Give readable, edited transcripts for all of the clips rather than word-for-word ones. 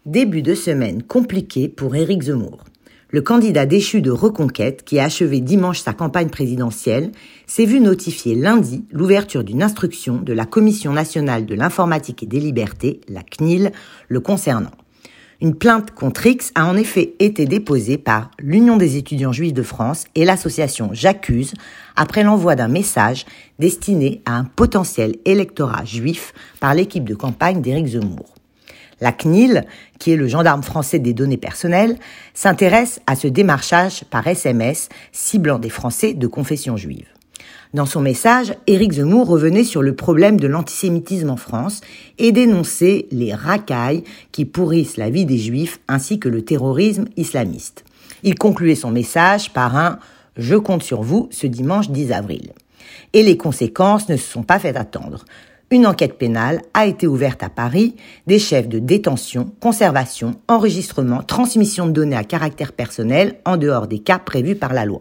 Début de semaine compliqué pour Éric Zemmour. Le candidat déchu de Reconquête, qui a achevé dimanche sa campagne présidentielle, s'est vu notifier lundi l'ouverture d'une instruction de la Commission nationale de l'informatique et des libertés, la CNIL, le concernant. Une plainte contre X a en effet été déposée par l'Union des étudiants juifs de France et l'association J'accuse après l'envoi d'un message destiné à un potentiel électorat juif par l'équipe de campagne d'Éric Zemmour. La CNIL, qui est le gendarme français des données personnelles, s'intéresse à ce démarchage par SMS ciblant des Français de confession juive. Dans son message, Éric Zemmour revenait sur le problème de l'antisémitisme en France et dénonçait les racailles qui pourrissent la vie des Juifs ainsi que le terrorisme islamiste. Il concluait son message par un « Je compte sur vous ce dimanche 10 avril ». Et les conséquences ne se sont pas fait attendre. Une enquête pénale a été ouverte à Paris, des chefs de détention, conservation, enregistrement, transmission de données à caractère personnel en dehors des cas prévus par la loi.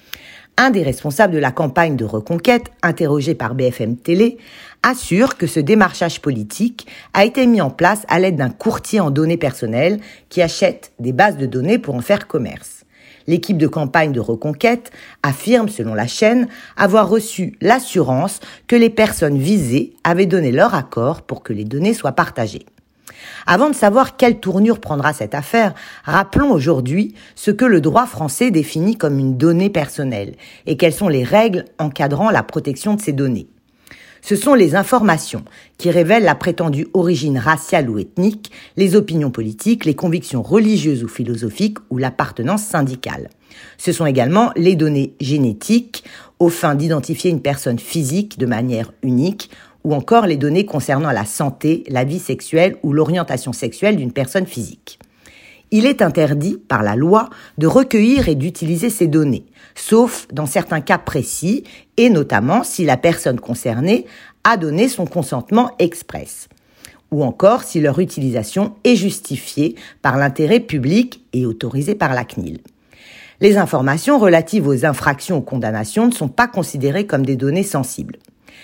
Un des responsables de la campagne de Reconquête, interrogé par BFM Télé, assure que ce démarchage politique a été mis en place à l'aide d'un courtier en données personnelles qui achète des bases de données pour en faire commerce. L'équipe de campagne de Reconquête affirme, selon la chaîne, avoir reçu l'assurance que les personnes visées avaient donné leur accord pour que les données soient partagées. Avant de savoir quelle tournure prendra cette affaire, rappelons aujourd'hui ce que le droit français définit comme une donnée personnelle et quelles sont les règles encadrant la protection de ces données. Ce sont les informations qui révèlent la prétendue origine raciale ou ethnique, les opinions politiques, les convictions religieuses ou philosophiques ou l'appartenance syndicale. Ce sont également les données génétiques aux fins d'identifier une personne physique de manière unique ou encore les données concernant la santé, la vie sexuelle ou l'orientation sexuelle d'une personne physique. Il est interdit par la loi de recueillir et d'utiliser ces données, sauf dans certains cas précis et notamment si la personne concernée a donné son consentement express, ou encore si leur utilisation est justifiée par l'intérêt public et autorisée par la CNIL. Les informations relatives aux infractions ou condamnations ne sont pas considérées comme des données sensibles.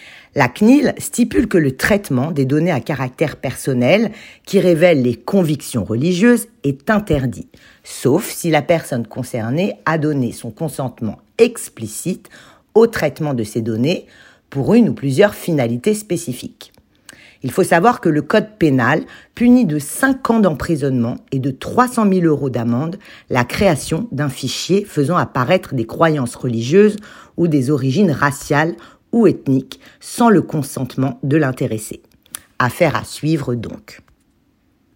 La CNIL stipule que le traitement des données à caractère personnel qui révèlent les convictions religieuses est interdit, sauf si la personne concernée a donné son consentement explicite au traitement de ces données pour une ou plusieurs finalités spécifiques. Il faut savoir que le code pénal punit de 5 ans d'emprisonnement et de 300 000 € d'amende la création d'un fichier faisant apparaître des croyances religieuses ou des origines raciales ou ethniques sans le consentement de l'intéressé. Affaire à suivre donc.